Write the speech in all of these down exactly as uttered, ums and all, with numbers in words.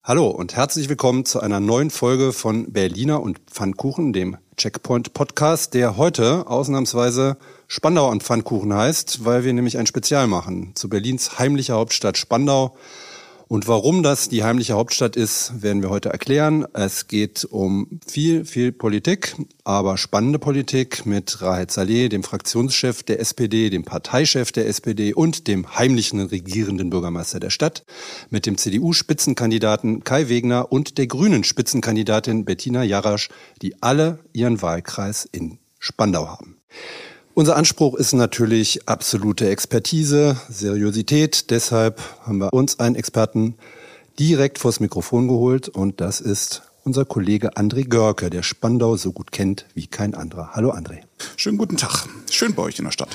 Hallo und herzlich willkommen zu einer neuen Folge von Berliner und Pfannkuchen, dem Checkpoint-Podcast, der heute ausnahmsweise Spandau und Pfannkuchen heißt, weil wir nämlich ein Spezial machen zu Berlins heimlicher Hauptstadt Spandau. Und warum das die heimliche Hauptstadt ist, werden wir heute erklären. Es geht um viel, viel Politik, aber spannende Politik mit Rahed Saleh, dem Fraktionschef der S P D, dem Parteichef der S P D und dem heimlichen regierenden Bürgermeister der Stadt, mit dem C D U-Spitzenkandidaten Kai Wegner und der grünen Spitzenkandidatin Bettina Jarasch, die alle ihren Wahlkreis in Spandau haben. Unser Anspruch ist natürlich absolute Expertise, Seriosität. Deshalb haben wir uns einen Experten direkt vors Mikrofon geholt und das ist unser Kollege André Görke, der Spandau so gut kennt wie kein anderer. Hallo André. Schönen guten Tag. Schön bei euch in der Stadt.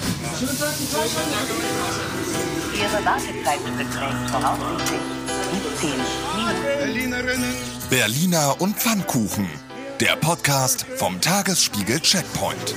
Ihre Wartezeit beträgt voraussichtlich siebzehn Minuten. Berliner und Pfannkuchen, der Podcast vom Tagesspiegel Checkpoint.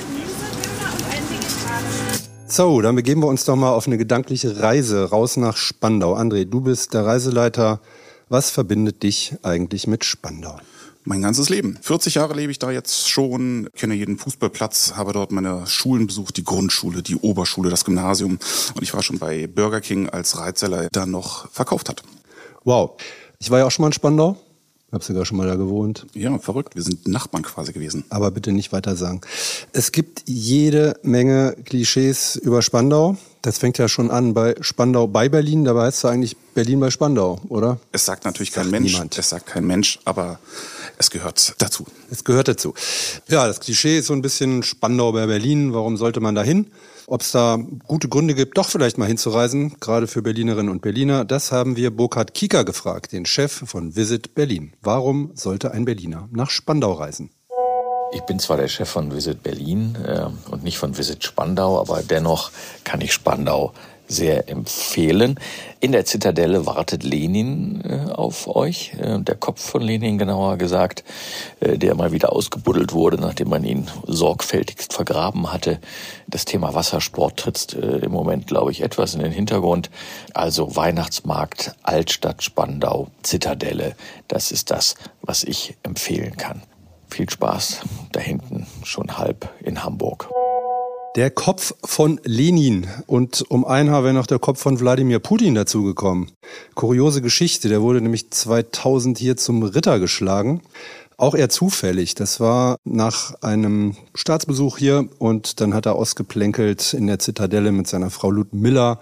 So, dann begeben wir uns doch mal auf eine gedankliche Reise raus nach Spandau. André, du bist der Reiseleiter. Was verbindet dich eigentlich mit Spandau? Mein ganzes Leben. vierzig Jahre lebe ich da jetzt schon, kenne jeden Fußballplatz, habe dort meine Schulen besucht, die Grundschule, die Oberschule, das Gymnasium. Und ich war schon bei Burger King, als Rahed Saleh da noch verkauft hat. Wow. Ich war ja auch schon mal in Spandau. Ich habe sogar schon mal da gewohnt. Ja, verrückt. Wir sind Nachbarn quasi gewesen. Aber bitte nicht weiter sagen. Es gibt jede Menge Klischees über Spandau. Das fängt ja schon an bei Spandau bei Berlin. Dabei heißt es eigentlich Berlin bei Spandau, oder? Es sagt natürlich sagt kein Mensch. Niemand. Es sagt kein Mensch, aber es gehört dazu. Es gehört dazu. Ja, das Klischee ist so ein bisschen Spandau bei Berlin. Warum sollte man da hin? Ob es da gute Gründe gibt, doch vielleicht mal hinzureisen, gerade für Berlinerinnen und Berliner, das haben wir Burkhard Kieker gefragt, den Chef von Visit Berlin. Warum sollte ein Berliner nach Spandau reisen? Ich bin zwar der Chef von Visit Berlin äh, und nicht von Visit Spandau, aber dennoch kann ich Spandau sehr empfehlen. In der Zitadelle wartet Lenin äh, auf euch, äh, der Kopf von Lenin genauer gesagt, äh, der mal wieder ausgebuddelt wurde, nachdem man ihn sorgfältigst vergraben hatte. Das Thema Wassersport tritt äh, im Moment, glaube ich, etwas in den Hintergrund. Also Weihnachtsmarkt, Altstadt Spandau, Zitadelle, das ist das, was ich empfehlen kann. Viel Spaß da hinten, schon halb in Hamburg. Der Kopf von Lenin und um ein Haar wäre noch der Kopf von Wladimir Putin dazugekommen. Kuriose Geschichte, der wurde nämlich zweitausend hier zum Ritter geschlagen. Auch eher zufällig. Das war nach einem Staatsbesuch hier und dann hat er ausgeplänkelt in der Zitadelle mit seiner Frau Ludmilla.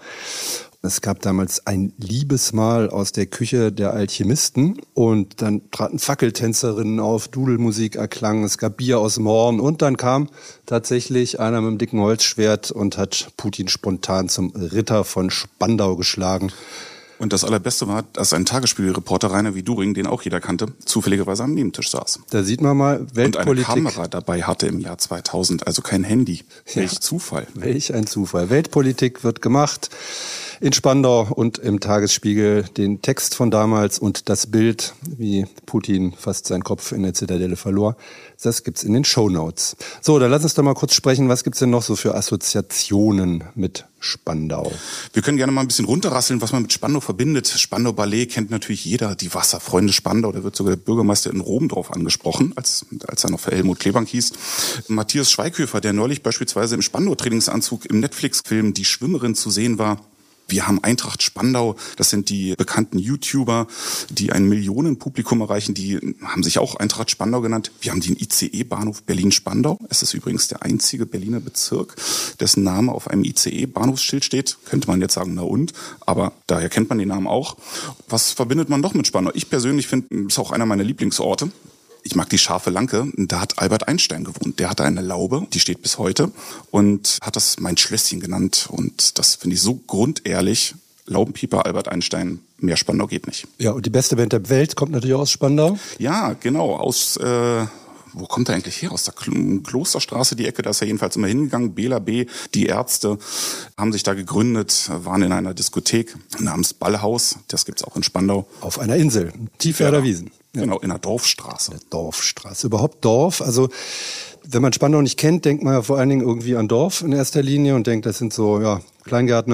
Es gab damals ein Liebesmahl aus der Küche der Alchemisten und dann traten Fackeltänzerinnen auf, Dudelmusik erklang, es gab Bier aus dem Horn und dann kam tatsächlich einer mit einem dicken Holzschwert und hat Putin spontan zum Ritter von Spandau geschlagen. Und das Allerbeste war, dass ein Tagesspielreporter Rainer Wieduring, den auch jeder kannte, zufälligerweise am Nebentisch saß. Da sieht man mal Weltpolitik. Und eine Kamera dabei hatte im Jahr zweitausend, also kein Handy. Welch ja. Zufall. Welch ein Zufall. Weltpolitik wird gemacht in Spandau und im Tagesspiegel. Den Text von damals und das Bild, wie Putin fast seinen Kopf in der Zitadelle verlor, das gibt's in den Shownotes. So, dann lass uns doch mal kurz sprechen, was gibt's denn noch so für Assoziationen mit Spandau? Wir können gerne mal ein bisschen runterrasseln, was man mit Spandau verbindet. Spandau Ballet kennt natürlich jeder, die Wasserfreunde Spandau. Da wird sogar der Bürgermeister in Rom drauf angesprochen, als, als er noch für Helmut Klebank hieß. Matthias Schweighöfer, der neulich beispielsweise im Spandau-Trainingsanzug im Netflix-Film Die Schwimmerin zu sehen war. Wir haben Eintracht Spandau, das sind die bekannten YouTuber, die ein Millionenpublikum erreichen, die haben sich auch Eintracht Spandau genannt. Wir haben den I C E-Bahnhof Berlin-Spandau. Es ist übrigens der einzige Berliner Bezirk, dessen Name auf einem I C E-Bahnhofsschild steht. Könnte man jetzt sagen, na und? Aber daher kennt man den Namen auch. Was verbindet man doch mit Spandau? Ich persönlich finde, es ist auch einer meiner Lieblingsorte. Ich mag die Scharfe Lanke, da hat Albert Einstein gewohnt. Der hatte eine Laube, die steht bis heute und hat das mein Schlösschen genannt. Und das finde ich so grundehrlich. Laubenpieper, Albert Einstein, mehr Spandau geht nicht. Ja, und die beste Band der Welt kommt natürlich aus Spandau. Ja, genau, aus... Äh Wo kommt er eigentlich her? Aus der Klosterstraße, die Ecke, da ist er jedenfalls immer hingegangen. Bela B., die Ärzte, haben sich da gegründet, waren in einer Diskothek namens Ballhaus. Das gibt's auch in Spandau. Auf einer Insel, Tiefwerder Ja, Wiesen. Ja. Genau, in der Dorfstraße. In der Dorfstraße. Überhaupt Dorf, also wenn man Spandau nicht kennt, denkt man ja vor allen Dingen irgendwie an Dorf in erster Linie und denkt, das sind so ja Kleingärtner,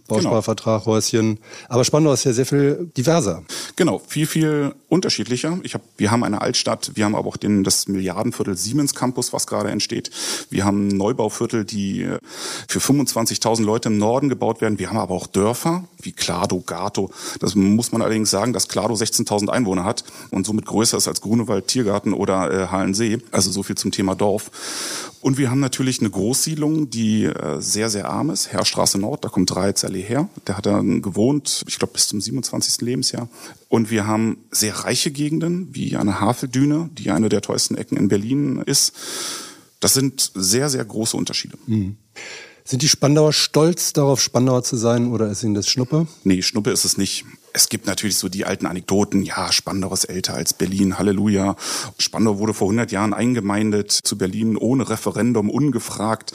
Bausparvertrag, genau. Häuschen. Aber Spandau ist ja sehr viel diverser. Genau, viel, viel unterschiedlicher. Ich hab, wir haben eine Altstadt, wir haben aber auch den, das Milliardenviertel Siemens Campus, was gerade entsteht. Wir haben Neubauviertel, die für fünfundzwanzigtausend Leute im Norden gebaut werden. Wir haben aber auch Dörfer wie Klado, Gato. Das muss man allerdings sagen, dass Klado sechzehntausend Einwohner hat und somit größer ist als Grunewald, Tiergarten oder äh, Halensee. Also so viel zum Thema Dorf. Und wir haben natürlich eine Großsiedlung, die äh, sehr, sehr arm ist. Heerstraße Nord, da kommt Dreiz Allee her. Der hat dann gewohnt, ich glaube, bis zum siebenundzwanzigsten Lebensjahr. Und wir haben sehr reiche Gegenden, wie eine Haveldüne, die eine der teuersten Ecken in Berlin ist. Das sind sehr, sehr große Unterschiede. Mhm. Sind die Spandauer stolz darauf, Spandauer zu sein, oder ist ihnen das Schnuppe? Nee, Schnuppe ist es nicht. Es gibt natürlich so die alten Anekdoten, ja, Spandau ist älter als Berlin, Halleluja. Spandau wurde vor hundert Jahren eingemeindet zu Berlin ohne Referendum, ungefragt.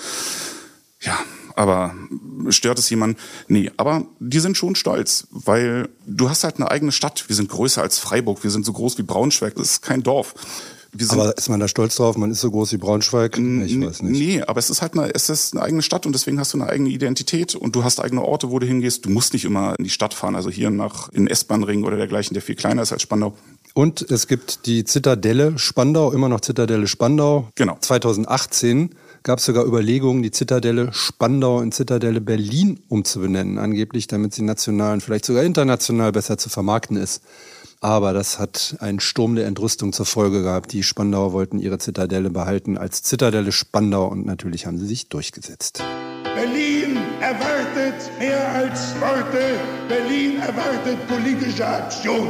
Ja, aber stört es jemanden? Nee, aber die sind schon stolz, weil du hast halt eine eigene Stadt. Wir sind größer als Freiburg, wir sind so groß wie Braunschweig, das ist kein Dorf. Aber ist man da stolz drauf? Man ist so groß wie Braunschweig? Ich weiß nicht. Nee, aber es ist halt eine, es ist eine eigene Stadt und deswegen hast du eine eigene Identität und du hast eigene Orte, wo du hingehst. Du musst nicht immer in die Stadt fahren, also hier nach in S-Bahn-Ring oder dergleichen, der viel kleiner ist als Spandau. Und es gibt die Zitadelle Spandau, immer noch Zitadelle Spandau. Genau. zweitausendachtzehn gab es sogar Überlegungen, die Zitadelle Spandau in Zitadelle Berlin umzubenennen, angeblich, damit sie national und vielleicht sogar international besser zu vermarkten ist. Aber das hat einen Sturm der Entrüstung zur Folge gehabt. Die Spandauer wollten ihre Zitadelle behalten als Zitadelle Spandau und natürlich haben sie sich durchgesetzt. Berlin erwartet mehr als Worte. Berlin erwartet politische Aktion.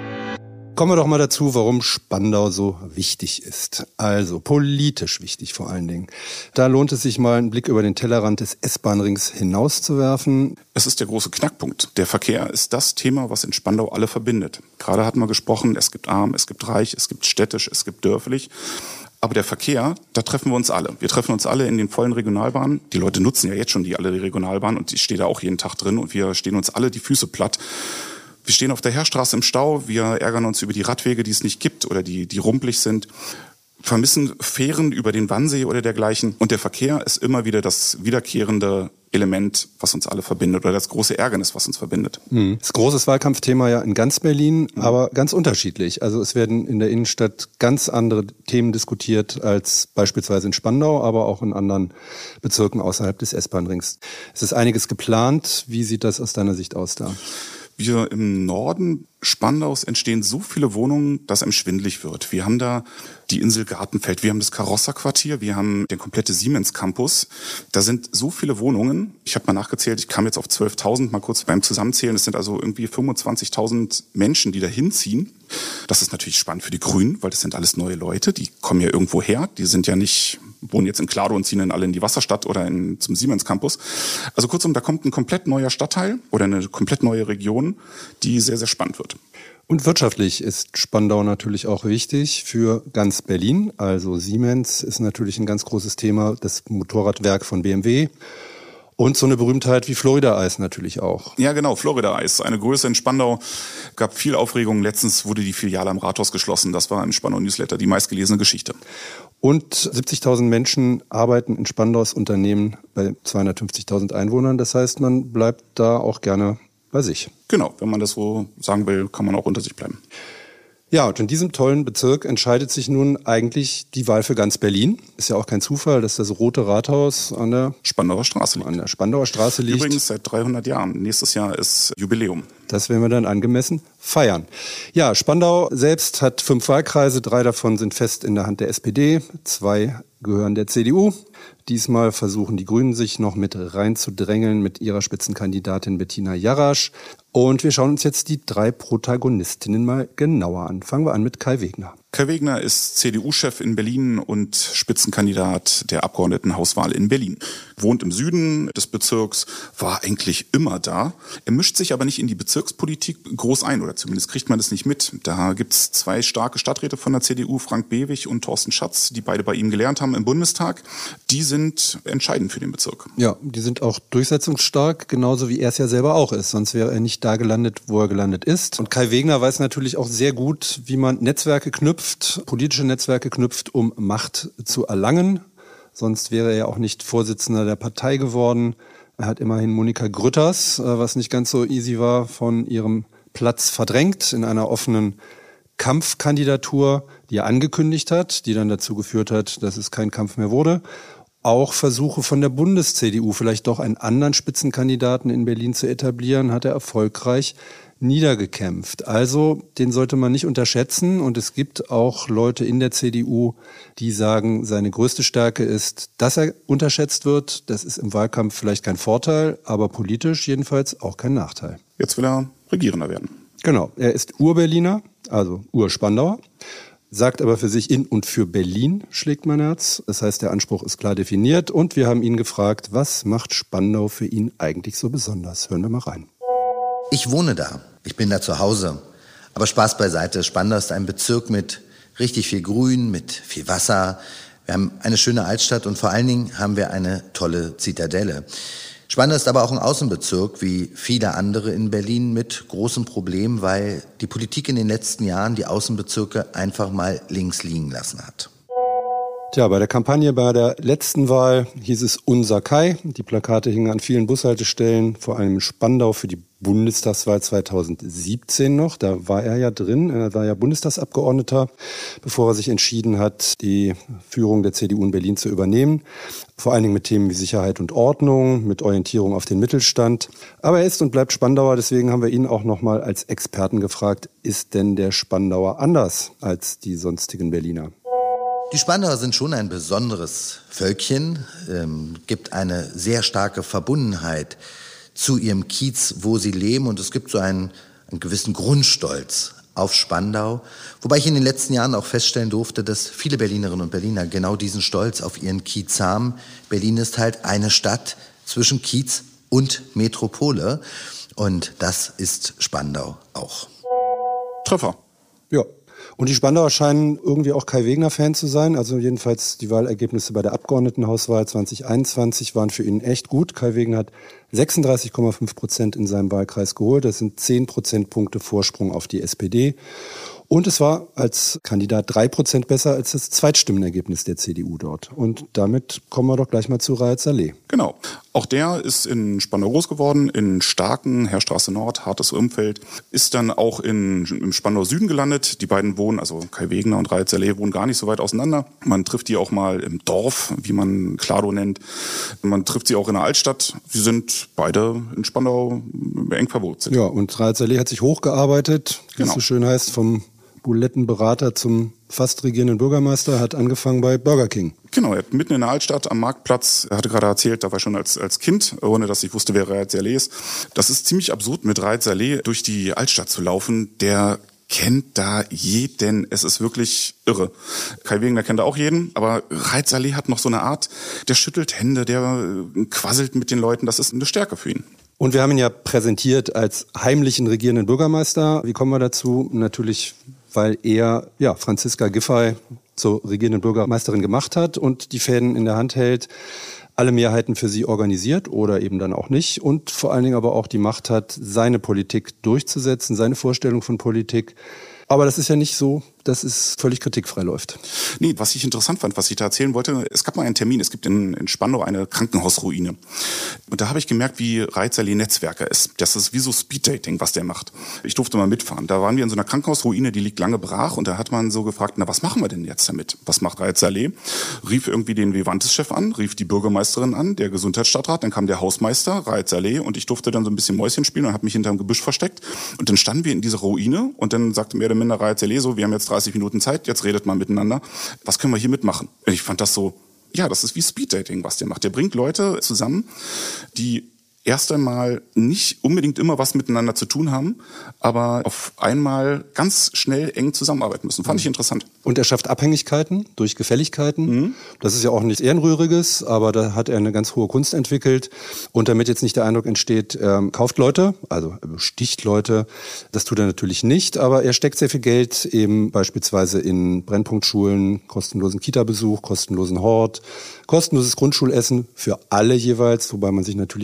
Kommen wir doch mal dazu, warum Spandau so wichtig ist. Also politisch wichtig vor allen Dingen. Da lohnt es sich mal, einen Blick über den Tellerrand des S-Bahn-Rings hinauszuwerfen. Es ist der große Knackpunkt. Der Verkehr ist das Thema, was in Spandau alle verbindet. Gerade hatten wir gesprochen, es gibt arm, es gibt reich, es gibt städtisch, es gibt dörflich. Aber der Verkehr, da treffen wir uns alle. Wir treffen uns alle in den vollen Regionalbahnen. Die Leute nutzen ja jetzt schon die alle die Regionalbahn und ich stehe da auch jeden Tag drin und wir stehen uns alle die Füße platt. Wir stehen auf der Heerstraße im Stau, wir ärgern uns über die Radwege, die es nicht gibt oder die, die rumpelig sind, vermissen Fähren über den Wannsee oder dergleichen. Und der Verkehr ist immer wieder das wiederkehrende Element, was uns alle verbindet oder das große Ärgernis, was uns verbindet. Mhm. Das große Wahlkampfthema ja in ganz Berlin, mhm. aber ganz unterschiedlich. Also es werden in der Innenstadt ganz andere Themen diskutiert als beispielsweise in Spandau, aber auch in anderen Bezirken außerhalb des S-Bahn-Rings. Es ist einiges geplant. Wie sieht das aus deiner Sicht aus da? Wir im Norden Spandaus entstehen so viele Wohnungen, dass einem schwindelig wird. Wir haben da die Insel Gartenfeld, wir haben das Karosserquartier, wir haben den komplette Siemens Campus. Da sind so viele Wohnungen. Ich habe mal nachgezählt, ich kam jetzt auf zwölftausend, mal kurz beim Zusammenzählen. Es sind also irgendwie fünfundzwanzigtausend Menschen, die da hinziehen. Das ist natürlich spannend für die Grünen, weil das sind alles neue Leute, die kommen ja irgendwo her. Die sind ja nicht, wohnen jetzt in Klado und ziehen dann alle in die Wasserstadt oder in, zum Siemens Campus. Also kurzum, da kommt ein komplett neuer Stadtteil oder eine komplett neue Region, die sehr, sehr spannend wird. Und wirtschaftlich ist Spandau natürlich auch wichtig für ganz Berlin. Also Siemens ist natürlich ein ganz großes Thema, das Motorradwerk von B M W. Und so eine Berühmtheit wie Florida Eis natürlich auch. Ja, genau, Florida Eis. Eine Größe in Spandau. Gab viel Aufregung. Letztens wurde die Filiale am Rathaus geschlossen. Das war im Spandau Newsletter die meistgelesene Geschichte. Und siebzigtausend Menschen arbeiten in Spandaus Unternehmen bei zweihundertfünfzigtausend Einwohnern. Das heißt, man bleibt da auch gerne bei sich. Genau, wenn man das so sagen will, kann man auch unter sich bleiben. Ja, und in diesem tollen Bezirk entscheidet sich nun eigentlich die Wahl für ganz Berlin. Ist ja auch kein Zufall, dass das Rote Rathaus an der Spandauer Straße liegt. An der Spandauer Straße liegt. Übrigens seit dreihundert Jahren. Nächstes Jahr ist Jubiläum. Das werden wir dann angemessen feiern. Ja, Spandau selbst hat fünf Wahlkreise. Drei davon sind fest in der Hand der S P D. Zwei gehören der C D U. Diesmal versuchen die Grünen sich noch mit reinzudrängeln mit ihrer Spitzenkandidatin Bettina Jarasch. Und wir schauen uns jetzt die drei Protagonistinnen mal genauer an. Fangen wir an mit Kai Wegner. Kai Wegner ist C D U-Chef in Berlin und Spitzenkandidat der Abgeordnetenhauswahl in Berlin. Wohnt im Süden des Bezirks, war eigentlich immer da. Er mischt sich aber nicht in die Bezirkspolitik groß ein, oder zumindest kriegt man das nicht mit. Da gibt's zwei starke Stadträte von der C D U, Frank Bewig und Thorsten Schatz, die beide bei ihm gelernt haben im Bundestag. Die sind entscheidend für den Bezirk. Ja, die sind auch durchsetzungsstark, genauso wie er es ja selber auch ist. Sonst wäre er nicht da gelandet, wo er gelandet ist. Und Kai Wegner weiß natürlich auch sehr gut, wie man Netzwerke knüpft, politische Netzwerke knüpft, um Macht zu erlangen. Sonst wäre er auch nicht Vorsitzender der Partei geworden. Er hat immerhin Monika Grütters, was nicht ganz so easy war, von ihrem Platz verdrängt in einer offenen Kampfkandidatur, die er angekündigt hat, die dann dazu geführt hat, dass es kein Kampf mehr wurde. Auch Versuche von der Bundes-C D U, vielleicht doch einen anderen Spitzenkandidaten in Berlin zu etablieren, hat er erfolgreich niedergekämpft. Also den sollte man nicht unterschätzen. Und es gibt auch Leute in der C D U, die sagen, seine größte Stärke ist, dass er unterschätzt wird. Das ist im Wahlkampf vielleicht kein Vorteil, aber politisch jedenfalls auch kein Nachteil. Jetzt will er Regierender werden. Genau, er ist Ur-Berliner, also Ur-Spandauer. Sagt aber für sich in und für Berlin schlägt mein Herz. Das heißt, der Anspruch ist klar definiert. Und wir haben ihn gefragt, was macht Spandau für ihn eigentlich so besonders? Hören wir mal rein. Ich wohne da. Ich bin da zu Hause. Aber Spaß beiseite. Spandau ist ein Bezirk mit richtig viel Grün, mit viel Wasser. Wir haben eine schöne Altstadt und vor allen Dingen haben wir eine tolle Zitadelle. Spandau ist aber auch ein Außenbezirk, wie viele andere in Berlin, mit großem Problem, weil die Politik in den letzten Jahren die Außenbezirke einfach mal links liegen lassen hat. Tja, bei der Kampagne bei der letzten Wahl hieß es Unser Kai. Die Plakate hingen an vielen Bushaltestellen, vor allem in Spandau für die Bundestagswahl zweitausendsiebzehn noch. Da war er ja drin, er war ja Bundestagsabgeordneter, bevor er sich entschieden hat, die Führung der C D U in Berlin zu übernehmen. Vor allen Dingen mit Themen wie Sicherheit und Ordnung, mit Orientierung auf den Mittelstand. Aber er ist und bleibt Spandauer, deswegen haben wir ihn auch nochmal als Experten gefragt, ist denn der Spandauer anders als die sonstigen Berliner? Die Spandauer sind schon ein besonderes Völkchen, ähm, gibt eine sehr starke Verbundenheit zu ihrem Kiez, wo sie leben, und es gibt so einen, einen gewissen Grundstolz auf Spandau, wobei ich in den letzten Jahren auch feststellen durfte, dass viele Berlinerinnen und Berliner genau diesen Stolz auf ihren Kiez haben. Berlin ist halt eine Stadt zwischen Kiez und Metropole, und das ist Spandau auch. Treffer. Ja. Und die Spandauer scheinen irgendwie auch Kai Wegner-Fan zu sein. Also jedenfalls die Wahlergebnisse bei der Abgeordnetenhauswahl zwanzig einundzwanzig waren für ihn echt gut. Kai Wegner hat sechsunddreißig Komma fünf Prozent in seinem Wahlkreis geholt. Das sind zehn Prozentpunkte Vorsprung auf die S P D. Und es war als Kandidat drei Prozent besser als das Zweitstimmenergebnis der C D U dort. Und damit kommen wir doch gleich mal zu Raed Saleh. Genau. Auch der ist in Spandau groß geworden, in Starken, Heerstraße Nord, hartes Umfeld. Ist dann auch in, im Spandau Süden gelandet. Die beiden wohnen, also Kai Wegner und Raed Saleh, wohnen gar nicht so weit auseinander. Man trifft die auch mal im Dorf, wie man Klado nennt. Man trifft sie auch in der Altstadt. Sie sind beide in Spandau eng verwurzelt. Ja, und Raed Saleh hat sich hochgearbeitet, wie genau. es so schön heißt, vom Bulettenberater zum fast regierenden Bürgermeister, hat angefangen bei Burger King. Genau, er hat mitten in der Altstadt am Marktplatz, er hatte gerade erzählt, da war schon als, als Kind, ohne dass ich wusste, wer Raed Saleh ist. Das ist ziemlich absurd, mit Raed Saleh durch die Altstadt zu laufen. Der kennt da jeden. Es ist wirklich irre. Kai Wegner kennt da auch jeden, aber Raed Saleh hat noch so eine Art, der schüttelt Hände, der quasselt mit den Leuten. Das ist eine Stärke für ihn. Und wir haben ihn ja präsentiert als heimlichen regierenden Bürgermeister. Wie kommen wir dazu? Natürlich, weil er ja Franziska Giffey zur regierenden Bürgermeisterin gemacht hat und die Fäden in der Hand hält, alle Mehrheiten für sie organisiert oder eben dann auch nicht und vor allen Dingen aber auch die Macht hat, seine Politik durchzusetzen, seine Vorstellung von Politik. Aber das ist ja nicht so, dass es völlig kritikfrei läuft. Nee, was ich interessant fand, was ich da erzählen wollte, es gab mal einen Termin, es gibt in, in Spandau eine Krankenhausruine. Und da habe ich gemerkt, wie Raed Saleh Netzwerker ist. Das ist wie so Speeddating, was der macht. Ich durfte mal mitfahren. Da waren wir in so einer Krankenhausruine, die liegt lange brach. Und da hat man so gefragt, na, was machen wir denn jetzt damit? Was macht Raed Saleh? Rief irgendwie den Vivantes-Chef an, rief die Bürgermeisterin an, der Gesundheitsstadtrat, dann kam der Hausmeister, Raed Saleh, und ich durfte dann so ein bisschen Mäuschen spielen und habe mich hinterm Gebüsch versteckt. Und dann standen wir in dieser Ruine und dann sagte mehr oder minder Raed Saleh so, wir haben jetzt dreißig Minuten Zeit, jetzt redet mal miteinander. Was können wir hier mitmachen? Ich fand das so, ja, das ist wie Speeddating, was der macht. Der bringt Leute zusammen, die erst einmal nicht unbedingt immer was miteinander zu tun haben, aber auf einmal ganz schnell eng zusammenarbeiten müssen. Fand ich interessant. Und er schafft Abhängigkeiten durch Gefälligkeiten. Mhm. Das ist ja auch nichts Ehrenrühriges, aber da hat er eine ganz hohe Kunst entwickelt. Und damit jetzt nicht der Eindruck entsteht, er kauft Leute, also er besticht Leute, das tut er natürlich nicht, aber er steckt sehr viel Geld eben beispielsweise in Brennpunktschulen, kostenlosen Kita-Besuch, kostenlosen Hort, kostenloses Grundschulessen für alle jeweils, wobei man sich natürlich fragen kann,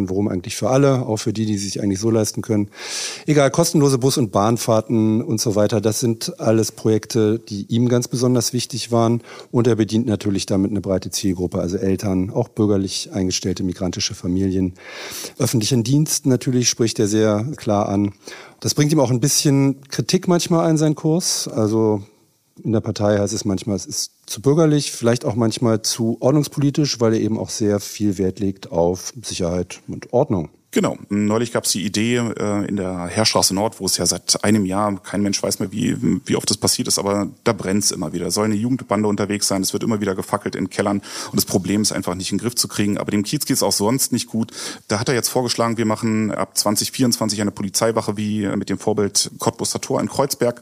erklären, warum eigentlich für alle, auch für die, die sich eigentlich so leisten können. Egal, kostenlose Bus- und Bahnfahrten und so weiter, das sind alles Projekte, die ihm ganz besonders wichtig waren. Und er bedient natürlich damit eine breite Zielgruppe, also Eltern, auch bürgerlich eingestellte migrantische Familien. Öffentlichen Dienst natürlich spricht er sehr klar an. Das bringt ihm auch ein bisschen Kritik manchmal ein, sein Kurs. Also in der Partei heißt es manchmal, es ist zu bürgerlich, vielleicht auch manchmal zu ordnungspolitisch, weil er eben auch sehr viel Wert legt auf Sicherheit und Ordnung. Genau. Neulich gab es die Idee äh, in der Heerstraße Nord, wo es ja seit einem Jahr, kein Mensch weiß mehr, wie wie oft das passiert ist, aber da brennt es immer wieder. Soll eine Jugendbande unterwegs sein, es wird immer wieder gefackelt in Kellern und das Problem ist einfach nicht in den Griff zu kriegen. Aber dem Kiez geht es auch sonst nicht gut. Da hat er jetzt vorgeschlagen, wir machen ab zwanzig vierundzwanzig eine Polizeiwache wie mit dem Vorbild Cottbuster Tor in Kreuzberg.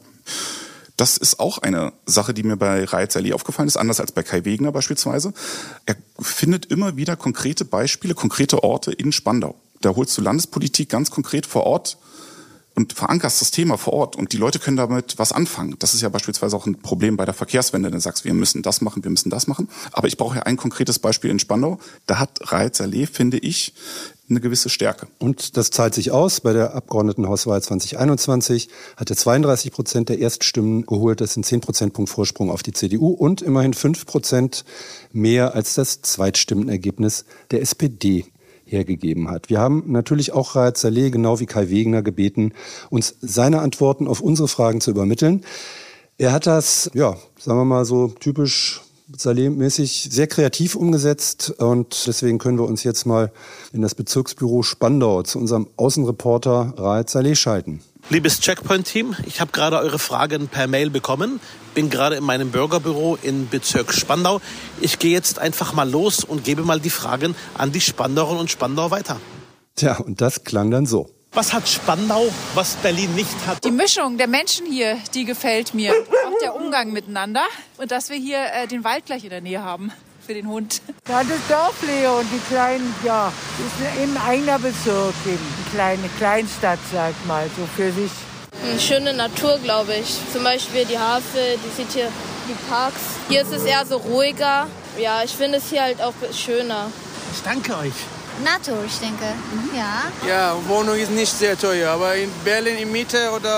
Das ist auch eine Sache, die mir bei Raed Saleh aufgefallen ist, anders als bei Kai Wegner beispielsweise. Er findet immer wieder konkrete Beispiele, konkrete Orte in Spandau. Da holst du Landespolitik ganz konkret vor Ort und verankerst das Thema vor Ort und die Leute können damit was anfangen. Das ist ja beispielsweise auch ein Problem bei der Verkehrswende. Du sagst, wir müssen das machen, wir müssen das machen. Aber ich brauche ja ein konkretes Beispiel in Spandau. Da hat Raed Saleh, finde ich, eine gewisse Stärke. Und das zahlt sich aus. Bei der Abgeordnetenhauswahl zwanzig einundzwanzig hat er zweiunddreißig Prozent der Erststimmen geholt. Das sind zehn Prozentpunkt Vorsprung auf die C D U und immerhin fünf Prozent mehr als das Zweitstimmenergebnis der S P D hergegeben hat. Wir haben natürlich auch Raed Saleh, genau wie Kai Wegner, gebeten, uns seine Antworten auf unsere Fragen zu übermitteln. Er hat das, ja, sagen wir mal so typisch Saleh-mäßig sehr kreativ umgesetzt und deswegen können wir uns jetzt mal in das Bezirksbüro Spandau zu unserem Außenreporter Raed Saleh schalten. Liebes Checkpoint-Team, ich habe gerade eure Fragen per Mail bekommen. Bin gerade in meinem Bürgerbüro in Bezirk Spandau. Ich gehe jetzt einfach mal los und gebe mal die Fragen an die Spandauerinnen und Spandauer weiter. Tja, und das klang dann so. Was hat Spandau, was Berlin nicht hat? Die Mischung der Menschen hier, die gefällt mir. Auch der Umgang miteinander. Und dass wir hier äh, den Wald gleich in der Nähe haben für den Hund. Ja, das Dorfleben und die kleinen, ja, ist ein eigener Bezirk, eine kleine Kleinstadt, sagt mal, so für sich. Eine schöne Natur, glaube ich. Zum Beispiel die Havel, die sieht hier die Parks. Hier ist es eher so ruhiger. Ja, ich finde es hier halt auch schöner. Ich danke euch. Natur, ich denke. Mhm. Ja. Ja, Wohnung ist nicht sehr teuer, aber in Berlin in Mitte oder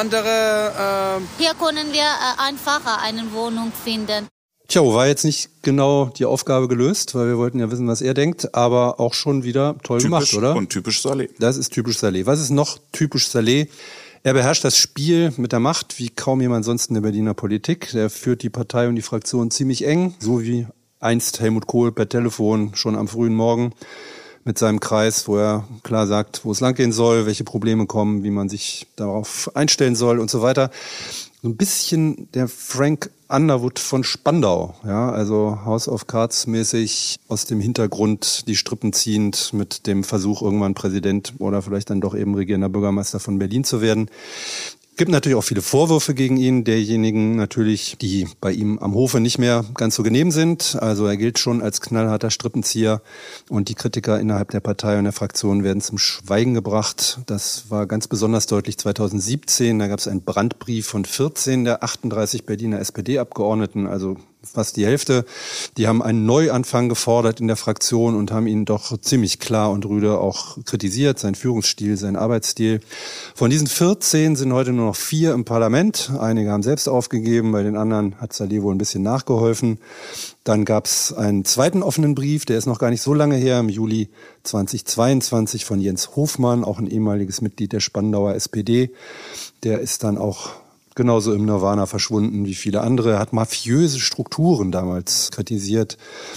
andere... Äh Hier können wir äh, einfacher eine Wohnung finden. Tja, war jetzt nicht genau die Aufgabe gelöst, weil wir wollten ja wissen, was er denkt, aber auch schon wieder toll typisch gemacht, oder? Und typisch Saleh. Das ist typisch Saleh. Was ist noch typisch Saleh? Er beherrscht das Spiel mit der Macht wie kaum jemand sonst in der Berliner Politik. Er führt die Partei und die Fraktion ziemlich eng, so wie einst Helmut Kohl per Telefon schon am frühen Morgen mit seinem Kreis, wo er klar sagt, wo es langgehen soll, welche Probleme kommen, wie man sich darauf einstellen soll und so weiter. So ein bisschen der Frank Underwood von Spandau, ja, also House of Cards mäßig aus dem Hintergrund die Strippen ziehend mit dem Versuch, irgendwann Präsident oder vielleicht dann doch eben regierender Bürgermeister von Berlin zu werden. Es gibt natürlich auch viele Vorwürfe gegen ihn, derjenigen natürlich, die bei ihm am Hofe nicht mehr ganz so genehm sind. Also er gilt schon als knallharter Strippenzieher und die Kritiker innerhalb der Partei und der Fraktion werden zum Schweigen gebracht. Das war ganz besonders deutlich zweitausendsiebzehn. Da gab es einen Brandbrief von vierzehn der achtunddreißig Berliner S P D-Abgeordneten, also fast die Hälfte. Die haben einen Neuanfang gefordert in der Fraktion und haben ihn doch ziemlich klar und rüde auch kritisiert, sein Führungsstil, sein Arbeitsstil. Von diesen vierzehn sind heute nur noch vier im Parlament. Einige haben selbst aufgegeben, bei den anderen hat Saleh wohl ein bisschen nachgeholfen. Dann gab es einen zweiten offenen Brief, der ist noch gar nicht so lange her, im Juli zweitausendzweiundzwanzig von Jens Hofmann, auch ein ehemaliges Mitglied der Spandauer S P D. Der ist dann auch genauso im Nirvana verschwunden wie viele andere. Er hat mafiöse Strukturen damals kritisiert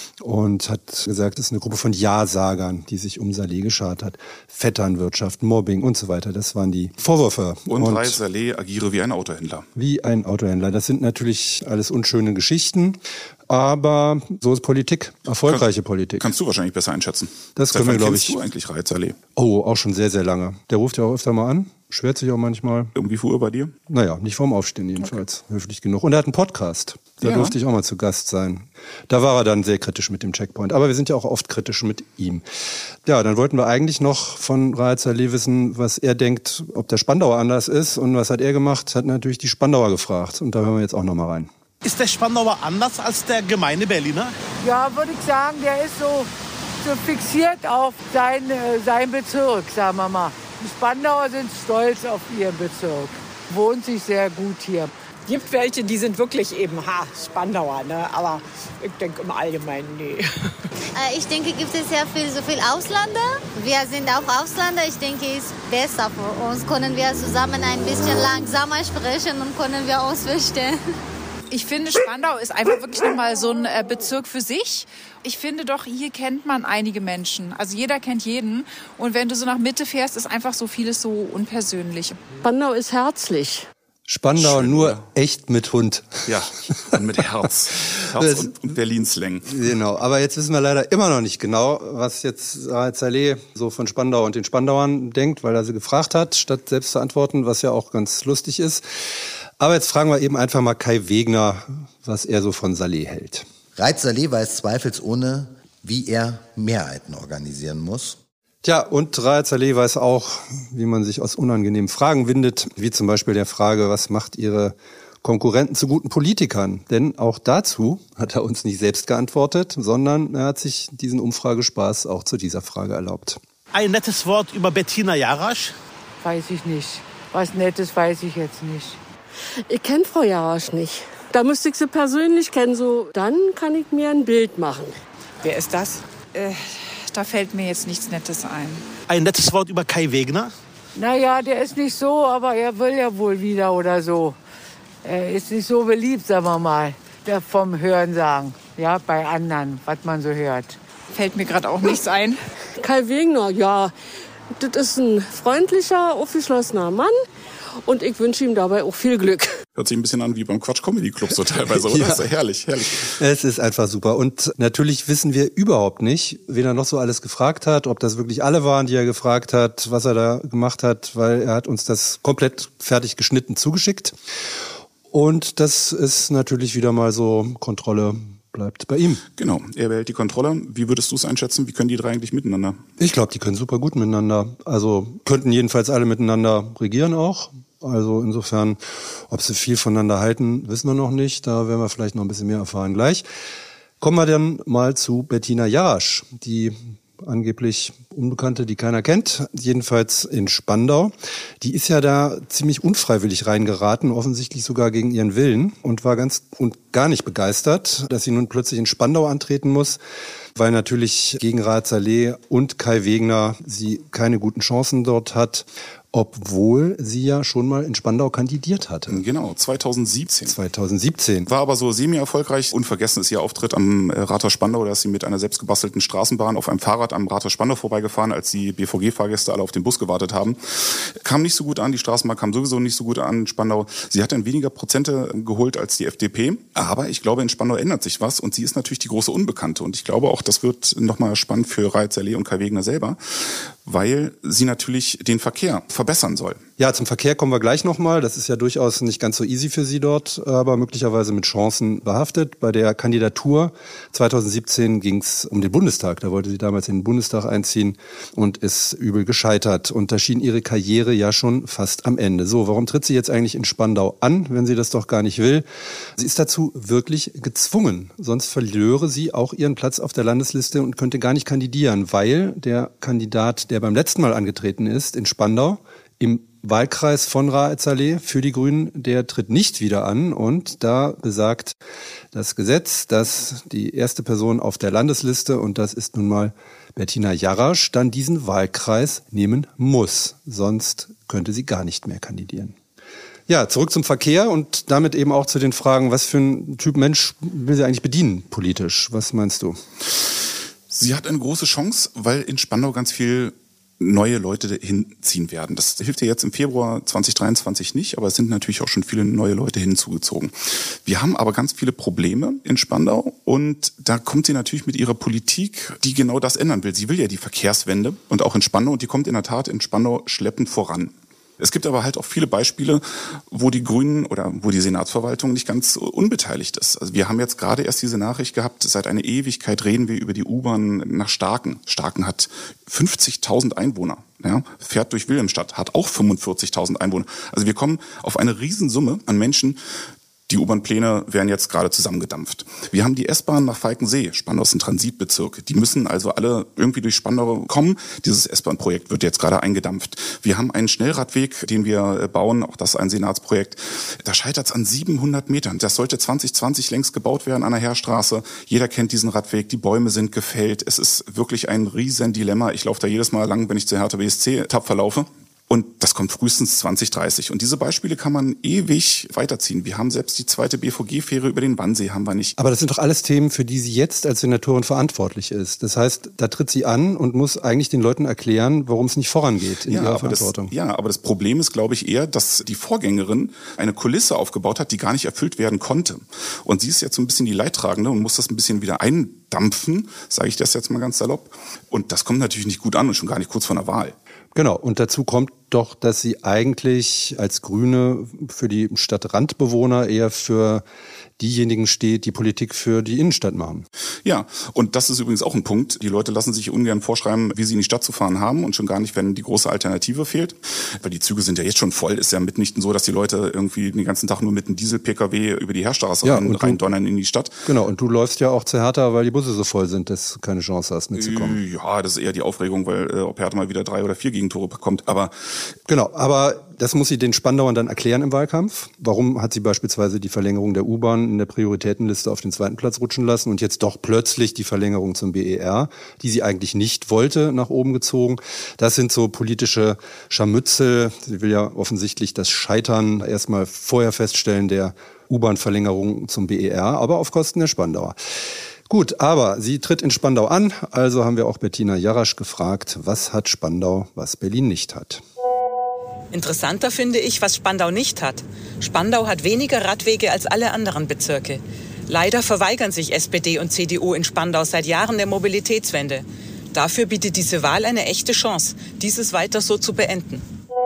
und hat gesagt, es ist eine Gruppe von Ja-Sagern, die sich um Saleh geschart hat. Vetternwirtschaft, Mobbing und so weiter. Das waren die Vorwürfe. Und, und Raed Saleh agiere wie ein Autohändler. Wie ein Autohändler. Das sind natürlich alles unschöne Geschichten. Aber so ist Politik, erfolgreiche Kann, Politik. Kannst du wahrscheinlich besser einschätzen. Das können wir, glaube ich. Kennst du eigentlich Raed Saleh? Oh, auch schon sehr, sehr lange. Der ruft ja auch öfter mal an. Schwert sich auch manchmal. Um wie viel Uhr bei dir? Naja, nicht vorm Aufstehen jedenfalls. Okay. Höflich genug. Und er hat einen Podcast. Da ja. durfte ich auch mal zu Gast sein. Da war er dann sehr kritisch mit dem Checkpoint. Aber wir sind ja auch oft kritisch mit ihm. Ja, dann wollten wir eigentlich noch von Raed Saleh wissen, was er denkt, ob der Spandauer anders ist. Und was hat er gemacht? Hat natürlich die Spandauer gefragt. Und da hören wir jetzt auch noch mal rein. Ist der Spandauer anders als der gemeine Berliner? Ja, würde ich sagen, der ist so so fixiert auf sein, äh, sein Bezirk, sagen wir mal. Die Spandauer sind stolz auf ihren Bezirk. Wohnt sich sehr gut hier. Gibt welche, die sind wirklich eben, ha, Spandauer, ne? Aber ich denke im Allgemeinen, nee. Äh, ich denke, gibt es sehr viel, so viel Ausländer. Wir sind auch Ausländer. Ich denke, es ist besser für uns. Können wir zusammen ein bisschen langsamer sprechen und können wir uns verstehen. Ich finde, Spandau ist einfach wirklich nochmal so ein äh, Bezirk für sich. Ich finde doch, hier kennt man einige Menschen. Also jeder kennt jeden. Und wenn du so nach Mitte fährst, ist einfach so vieles so unpersönlich. Spandau ist herzlich. Spandau Schön, nur oder? Echt mit Hund. Ja, und mit Herz. Herz und, und Berlin-Slang. Genau, aber jetzt wissen wir leider immer noch nicht genau, was jetzt Raed Saleh so von Spandau und den Spandauern denkt, weil er sie gefragt hat, statt selbst zu antworten, was ja auch ganz lustig ist. Aber jetzt fragen wir eben einfach mal Kai Wegner, was er so von Saleh hält. Raed Saleh weiß zweifelsohne, wie er Mehrheiten organisieren muss. Tja, und Raed Saleh weiß auch, wie man sich aus unangenehmen Fragen windet, wie zum Beispiel der Frage, was macht Ihre Konkurrenten zu guten Politikern? Denn auch dazu hat er uns nicht selbst geantwortet, sondern er hat sich diesen Umfragespaß auch zu dieser Frage erlaubt. Ein nettes Wort über Bettina Jarasch? Weiß ich nicht. Was Nettes weiß ich jetzt nicht. Ich kenne Frau Jarasch nicht. Da müsste ich sie persönlich kennen, so dann kann ich mir ein Bild machen. Wer ist das? Äh, da fällt mir jetzt nichts Nettes ein. Ein nettes Wort über Kai Wegner? Naja, der ist nicht so, aber er will ja wohl wieder oder so. Er ist nicht so beliebt, sagen wir mal, der vom Hörensagen. Ja, bei anderen, was man so hört. Fällt mir gerade auch nichts ein. Kai Wegner, ja, das ist ein freundlicher, aufgeschlossener Mann. Und ich wünsche ihm dabei auch viel Glück. Hört sich ein bisschen an wie beim Quatsch Comedy Club so teilweise, oder? Ja. Das ist ja herrlich, herrlich. Es ist einfach super. Und natürlich wissen wir überhaupt nicht, wen er noch so alles gefragt hat, ob das wirklich alle waren, die er gefragt hat, was er da gemacht hat, weil er hat uns das komplett fertig geschnitten zugeschickt. Und das ist natürlich wieder mal so, Kontrolle bleibt bei ihm. Genau, er behält die Kontrolle. Wie würdest du es einschätzen? Wie können die drei eigentlich miteinander? Ich glaube, die können super gut miteinander. Also könnten jedenfalls alle miteinander regieren auch. Also insofern, ob sie viel voneinander halten, wissen wir noch nicht. Da werden wir vielleicht noch ein bisschen mehr erfahren gleich. Kommen wir dann mal zu Bettina Jarasch, die angeblich Unbekannte, die keiner kennt, jedenfalls in Spandau. Die ist ja da ziemlich unfreiwillig reingeraten, offensichtlich sogar gegen ihren Willen und war ganz und gar nicht begeistert, dass sie nun plötzlich in Spandau antreten muss, weil natürlich gegen Raed Saleh und Kai Wegner sie keine guten Chancen dort hat, obwohl sie ja schon mal in Spandau kandidiert hatte. Genau, zweitausendsiebzehn. zweitausendsiebzehn. War aber so semi-erfolgreich. Unvergessen ist ihr Auftritt am Rathaus Spandau. Da ist sie mit einer selbstgebastelten Straßenbahn auf einem Fahrrad am Rathaus Spandau vorbeigefahren, als die B V G-Fahrgäste alle auf den Bus gewartet haben. Kam nicht so gut an, die Straßenbahn kam sowieso nicht so gut an in Spandau. Sie hat dann weniger Prozente geholt als die F D P. Aber ich glaube, in Spandau ändert sich was und sie ist natürlich die große Unbekannte. Und ich glaube auch, das wird nochmal spannend für Raed Saleh und Kai Wegner selber, weil sie natürlich den Verkehr verbessern soll. Ja, zum Verkehr kommen wir gleich nochmal. Das ist ja durchaus nicht ganz so easy für sie dort, aber möglicherweise mit Chancen behaftet. Bei der Kandidatur zweitausendsiebzehn ging es um den Bundestag. Da wollte sie damals in den Bundestag einziehen und ist übel gescheitert. Und da schien ihre Karriere ja schon fast am Ende. So, warum tritt sie jetzt eigentlich in Spandau an, wenn sie das doch gar nicht will? Sie ist dazu wirklich gezwungen. Sonst verlöre sie auch ihren Platz auf der Landesliste und könnte gar nicht kandidieren, weil der Kandidat, der beim letzten Mal angetreten ist, in Spandau, im Wahlkreis von Raed Saleh für die Grünen, der tritt nicht wieder an. Und da besagt das Gesetz, dass die erste Person auf der Landesliste, und das ist nun mal Bettina Jarasch, dann diesen Wahlkreis nehmen muss. Sonst könnte sie gar nicht mehr kandidieren. Ja, zurück zum Verkehr und damit eben auch zu den Fragen, was für ein Typ Mensch will sie eigentlich bedienen politisch? Was meinst du? Sie hat eine große Chance, weil in Spandau ganz viel neue Leute hinziehen werden. Das hilft ihr jetzt im Februar zweitausenddreiundzwanzig nicht, aber es sind natürlich auch schon viele neue Leute hinzugezogen. Wir haben aber ganz viele Probleme in Spandau und da kommt sie natürlich mit ihrer Politik, die genau das ändern will. Sie will ja die Verkehrswende und auch in Spandau und die kommt in der Tat in Spandau schleppend voran. Es gibt aber halt auch viele Beispiele, wo die Grünen oder wo die Senatsverwaltung nicht ganz unbeteiligt ist. Also wir haben jetzt gerade erst diese Nachricht gehabt, seit einer Ewigkeit reden wir über die U-Bahn nach Starken. Starken hat fünfzigtausend Einwohner, ja, fährt durch Wilhelmstadt, hat auch fünfundvierzigtausend Einwohner. Also wir kommen auf eine Riesensumme an Menschen, Die U-Bahn-Pläne werden jetzt gerade zusammengedampft. Wir haben die S-Bahn nach Falkensee. Spandau ist ein Transitbezirk. Die müssen also alle irgendwie durch Spandau kommen. Dieses S-Bahn-Projekt wird jetzt gerade eingedampft. Wir haben einen Schnellradweg, den wir bauen. Auch das ist ein Senatsprojekt. Da scheitert es an siebenhundert Metern. Das sollte zwanzig zwanzig längst gebaut werden an der Heerstraße. Jeder kennt diesen Radweg. Die Bäume sind gefällt. Es ist wirklich ein riesen Dilemma. Ich laufe da jedes Mal lang, wenn ich zur Hertha B S C tapfer laufe. Und das kommt frühestens zwanzig dreißig. Und diese Beispiele kann man ewig weiterziehen. Wir haben selbst die zweite B V G-Fähre über den Wannsee, haben wir nicht. Aber das sind doch alles Themen, für die sie jetzt als Senatorin verantwortlich ist. Das heißt, da tritt sie an und muss eigentlich den Leuten erklären, warum es nicht vorangeht in ja, ihrer aber Verantwortung. Das, ja, aber das Problem ist, glaube ich, eher, dass die Vorgängerin eine Kulisse aufgebaut hat, die gar nicht erfüllt werden konnte. Und sie ist jetzt so ein bisschen die Leidtragende und muss das ein bisschen wieder eindampfen, sage ich das jetzt mal ganz salopp. Und das kommt natürlich nicht gut an und schon gar nicht kurz vor einer Wahl. Genau, und dazu kommt doch, dass sie eigentlich als Grüne für die Stadtrandbewohner eher für diejenigen steht, die Politik für die Innenstadt machen. Ja, und das ist übrigens auch ein Punkt. Die Leute lassen sich ungern vorschreiben, wie sie in die Stadt zu fahren haben und schon gar nicht, wenn die große Alternative fehlt. Weil die Züge sind ja jetzt schon voll. Ist ja mitnichten so, dass die Leute irgendwie den ganzen Tag nur mit einem Diesel-P K W über die Heerstraße ja, rein, reindonnern in die Stadt. Genau, und du läufst ja auch zur Hertha, weil die Busse so voll sind, dass du keine Chance hast, mitzukommen. Ja, das ist eher die Aufregung, weil äh, ob Hertha mal wieder drei oder vier Gegentore bekommt. Aber genau, aber das muss sie den Spandauern dann erklären im Wahlkampf. Warum hat sie beispielsweise die Verlängerung der U-Bahn in der Prioritätenliste auf den zweiten Platz rutschen lassen und jetzt doch plötzlich die Verlängerung zum B E R, die sie eigentlich nicht wollte, nach oben gezogen. Das sind so politische Scharmützel. Sie will ja offensichtlich das Scheitern erstmal vorher feststellen der U-Bahn-Verlängerung zum B E R, aber auf Kosten der Spandauer. Gut, aber sie tritt in Spandau an, also haben wir auch Bettina Jarasch gefragt, was hat Spandau, was Berlin nicht hat? Interessanter finde ich, was Spandau nicht hat. Spandau hat weniger Radwege als alle anderen Bezirke. Leider verweigern sich S P D und C D U in Spandau seit Jahren der Mobilitätswende. Dafür bietet diese Wahl eine echte Chance, dieses weiter so zu beenden.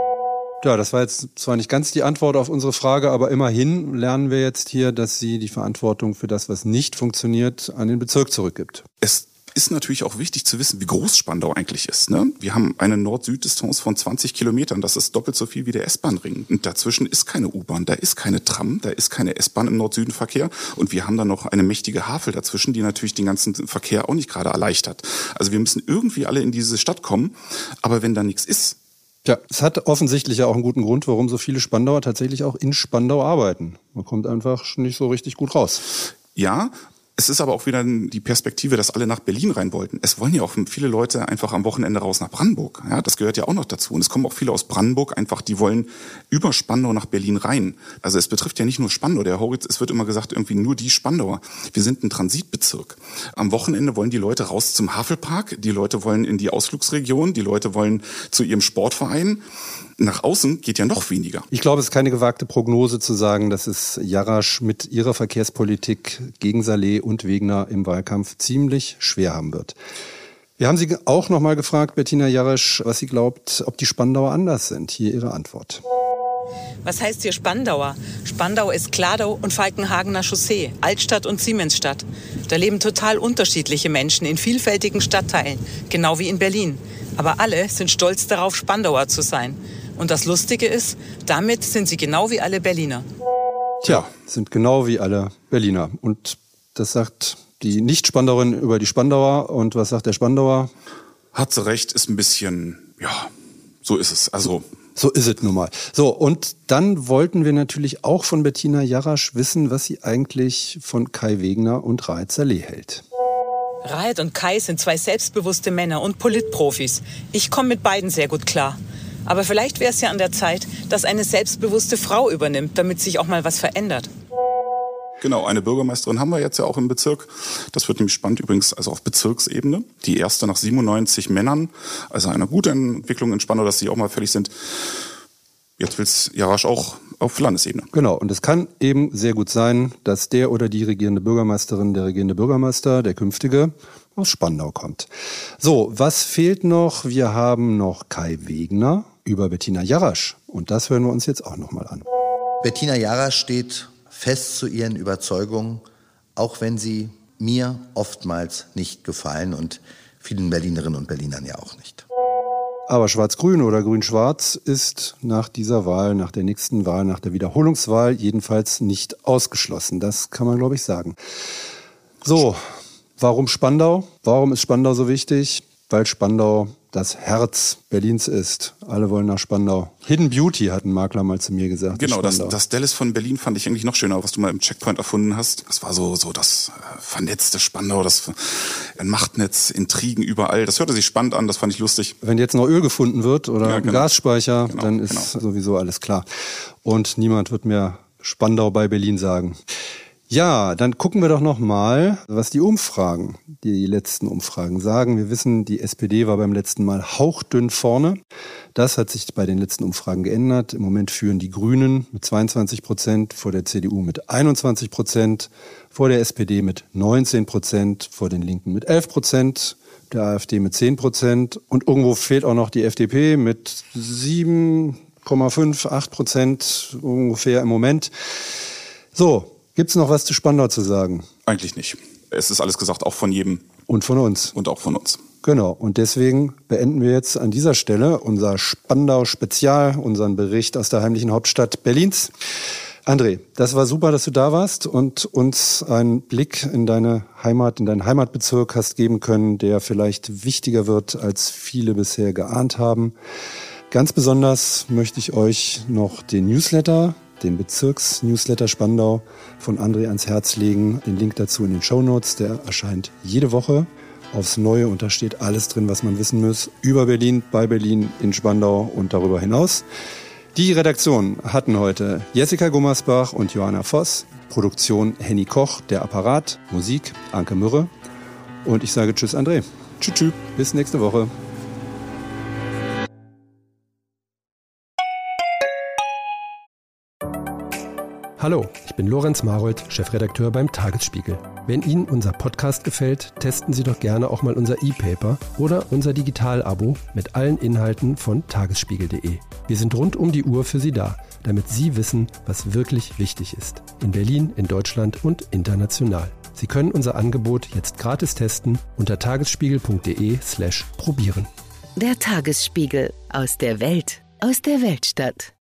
Ja, das war jetzt zwar nicht ganz die Antwort auf unsere Frage, aber immerhin lernen wir jetzt hier, dass sie die Verantwortung für das, was nicht funktioniert, an den Bezirk zurückgibt. Es ist natürlich auch wichtig zu wissen, wie groß Spandau eigentlich ist. Ne? Wir haben eine Nord-Süd-Distanz von zwanzig Kilometern. Das ist doppelt so viel wie der S-Bahn-Ring. Und dazwischen ist keine U-Bahn, da ist keine Tram, da ist keine S-Bahn im Nord-Süden-Verkehr. Und wir haben dann noch eine mächtige Havel dazwischen, die natürlich den ganzen Verkehr auch nicht gerade erleichtert. Also wir müssen irgendwie alle in diese Stadt kommen. Aber wenn da nichts ist... Ja, es hat offensichtlich ja auch einen guten Grund, warum so viele Spandauer tatsächlich auch in Spandau arbeiten. Man kommt einfach nicht so richtig gut raus. Ja, es ist aber auch wieder die Perspektive, dass alle nach Berlin rein wollten. Es wollen ja auch viele Leute einfach am Wochenende raus nach Brandenburg. Ja, das gehört ja auch noch dazu. Und es kommen auch viele aus Brandenburg einfach, die wollen über Spandau nach Berlin rein. Also es betrifft ja nicht nur Spandau. Der Horizont, es wird immer gesagt, irgendwie nur die Spandauer. Wir sind ein Transitbezirk. Am Wochenende wollen die Leute raus zum Havelpark. Die Leute wollen in die Ausflugsregion. Die Leute wollen zu ihrem Sportverein. Nach außen geht ja noch weniger. Ich glaube, es ist keine gewagte Prognose zu sagen, dass es Jarasch mit ihrer Verkehrspolitik gegen Saleh und Wegner im Wahlkampf ziemlich schwer haben wird. Wir haben sie auch noch mal gefragt, Bettina Jarasch, was sie glaubt, ob die Spandauer anders sind. Hier ihre Antwort. Was heißt hier Spandauer? Spandau ist Kladau und Falkenhagener Chaussee, Altstadt und Siemensstadt. Da leben total unterschiedliche Menschen in vielfältigen Stadtteilen, genau wie in Berlin. Aber alle sind stolz darauf, Spandauer zu sein. Und das Lustige ist, damit sind sie genau wie alle Berliner. Tja, sind genau wie alle Berliner. Und das sagt die Nicht-Spandauerin über die Spandauer. Und was sagt der Spandauer? Hat sie recht, ist ein bisschen, ja, so ist es. Also So ist es nun mal. So, und dann wollten wir natürlich auch von Bettina Jarasch wissen, was sie eigentlich von Kai Wegner und Raed Saleh hält. Raed und Kai sind zwei selbstbewusste Männer und Politprofis. Ich komme mit beiden sehr gut klar. Aber vielleicht wäre es ja an der Zeit, dass eine selbstbewusste Frau übernimmt, damit sich auch mal was verändert. Genau, eine Bürgermeisterin haben wir jetzt ja auch im Bezirk. Das wird nämlich spannend übrigens, also auf Bezirksebene. Die erste nach siebenundneunzig Männern, also eine gute Entwicklung in Spandau, dass sie auch mal fertig sind. Jetzt will es Jarasch auch auf Landesebene. Genau, und es kann eben sehr gut sein, dass der oder die regierende Bürgermeisterin, der regierende Bürgermeister, der künftige, aus Spandau kommt. So, was fehlt noch? Wir haben noch Kai Wegner über Bettina Jarasch. Und das hören wir uns jetzt auch nochmal an. Bettina Jarasch steht fest zu ihren Überzeugungen, auch wenn sie mir oftmals nicht gefallen und vielen Berlinerinnen und Berlinern ja auch nicht. Aber Schwarz-Grün oder Grün-Schwarz ist nach dieser Wahl, nach der nächsten Wahl, nach der Wiederholungswahl jedenfalls nicht ausgeschlossen. Das kann man, glaube ich, sagen. So, warum Spandau? Warum ist Spandau so wichtig? Weil Spandau das Herz Berlins ist. Alle wollen nach Spandau. Hidden Beauty, hat ein Makler mal zu mir gesagt. Genau, das, das Dallas von Berlin fand ich eigentlich noch schöner, was du mal im Checkpoint erfunden hast. Das war so, so das äh, vernetzte Spandau, das ein Machtnetz, Intrigen überall. Das hörte sich spannend an, das fand ich lustig. Wenn jetzt noch Öl gefunden wird oder ja, genau. ein Gasspeicher, genau, dann ist genau. sowieso alles klar. Und niemand wird mehr Spandau bei Berlin sagen. Ja, dann gucken wir doch noch mal, was die Umfragen, die letzten Umfragen sagen. Wir wissen, die S P D war beim letzten Mal hauchdünn vorne. Das hat sich bei den letzten Umfragen geändert. Im Moment führen die Grünen mit zweiundzwanzig Prozent, vor der C D U mit einundzwanzig Prozent, vor der S P D mit neunzehn Prozent, vor den Linken mit elf Prozent, der AfD mit zehn Prozent und irgendwo fehlt auch noch die F D P mit sieben Komma fünf, acht Prozent ungefähr im Moment. So. Gibt's noch was zu Spandau zu sagen? Eigentlich nicht. Es ist alles gesagt, auch von jedem. Und von uns. Und auch von uns. Genau. Und deswegen beenden wir jetzt an dieser Stelle unser Spandau-Spezial, unseren Bericht aus der heimlichen Hauptstadt Berlins. André, das war super, dass du da warst und uns einen Blick in deine Heimat, in deinen Heimatbezirk hast geben können, der vielleicht wichtiger wird, als viele bisher geahnt haben. Ganz besonders möchte ich euch noch den Newsletter den Bezirks-Newsletter Spandau von André ans Herz legen. Den Link dazu in den Shownotes, der erscheint jede Woche aufs Neue und da steht alles drin, was man wissen muss über Berlin, bei Berlin, in Spandau und darüber hinaus. Die Redaktion hatten heute Jessica Gummersbach und Johanna Voss, Produktion Henny Koch, der Apparat, Musik Anke Mürre und ich sage Tschüss André. Tschüss, tschüss, bis nächste Woche. Hallo, ich bin Lorenz Marold, Chefredakteur beim Tagesspiegel. Wenn Ihnen unser Podcast gefällt, testen Sie doch gerne auch mal unser E-Paper oder unser Digital-Abo mit allen Inhalten von tagesspiegel punkt de. Wir sind rund um die Uhr für Sie da, damit Sie wissen, was wirklich wichtig ist. In Berlin, in Deutschland und international. Sie können unser Angebot jetzt gratis testen unter tagesspiegel punkt de slash probieren. Der Tagesspiegel. Aus der Welt, aus der Weltstadt.